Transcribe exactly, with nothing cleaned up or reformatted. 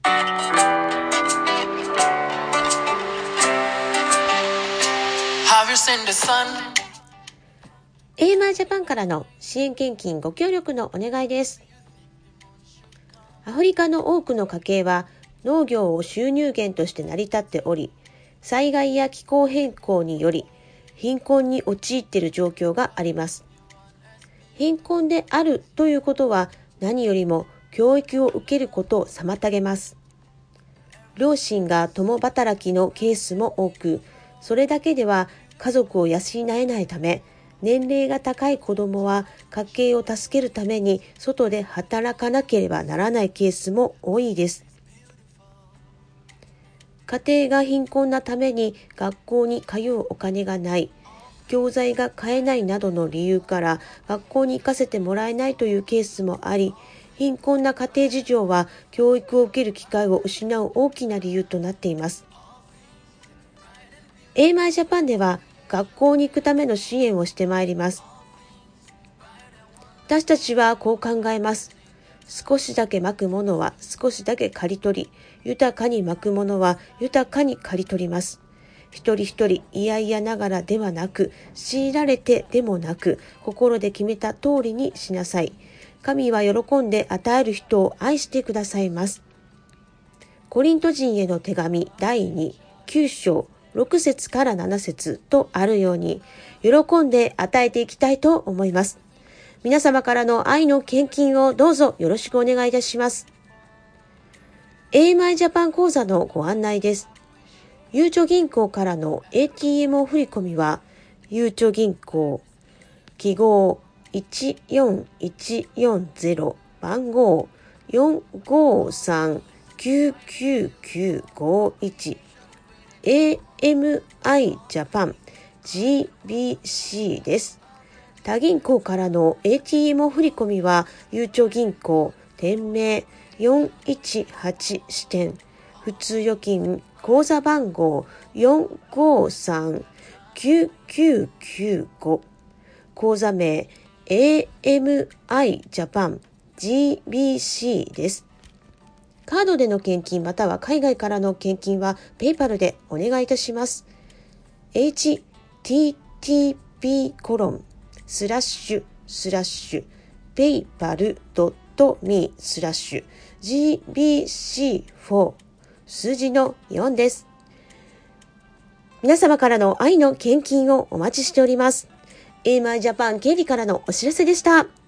エーエムアイ ジャパンからの支援献金ご協力のお願いです。アフリカの多くの家計は農業を収入源として成り立っており、災害や気候変更により貧困に陥っている状況があります。貧困であるということは何よりも教育を受けることを妨げます。両親が共働きのケースも多く、それだけでは家族を養えないため、年齢が高い子どもは家計を助けるために外で働かなければならないケースも多いです。家庭が貧困なために学校に通うお金がない、教材が買えないなどの理由から学校に行かせてもらえないというケースもあり、貧困な家庭事情は教育を受ける機会を失う大きな理由となっています。エーエムアイ ジャパンでは学校に行くための支援をしてまいります。私たちはこう考えます。少しだけまくものは少しだけ刈り取り、豊かにまくものは豊かに刈り取ります。一人一人いやいやながらではなく、強いられてでもなく、心で決めた通りにしなさい。神は喜んで与える人を愛してくださいます。コリント人への手紙だいに、きゅう章ろく節からなな節とあるように、喜んで与えていきたいと思います。皆様からの愛の献金をどうぞよろしくお願いいたします。エーエムアイ ジャパン口座のご案内です。ゆうちょ銀行からの エーティーエム お振込は、ゆうちょ銀行、記号いちよんいちよんゼロ、番号よんごさんきゅうきゅうきゅうごいち、エーエムアイ ジャパン ジービーシー です。他銀行からの エーティーエム お振込は、ゆうちょ銀行、店名よんいちはち支店、普通預金口座番号よんごさんきゅうきゅうきゅうご、口座名 エーエムアイ ジャパン ジービーシー です。カードでの献金または海外からの献金はペイパルでお願いいたします。エイチティーティーピーコロンスラッシュスラッシュペイパルドットミースラッシュ ジービーシーフォー 数字のよんです。皆様からの愛の献金をお待ちしております。エーエムアイ ジャパン経理からのお知らせでした。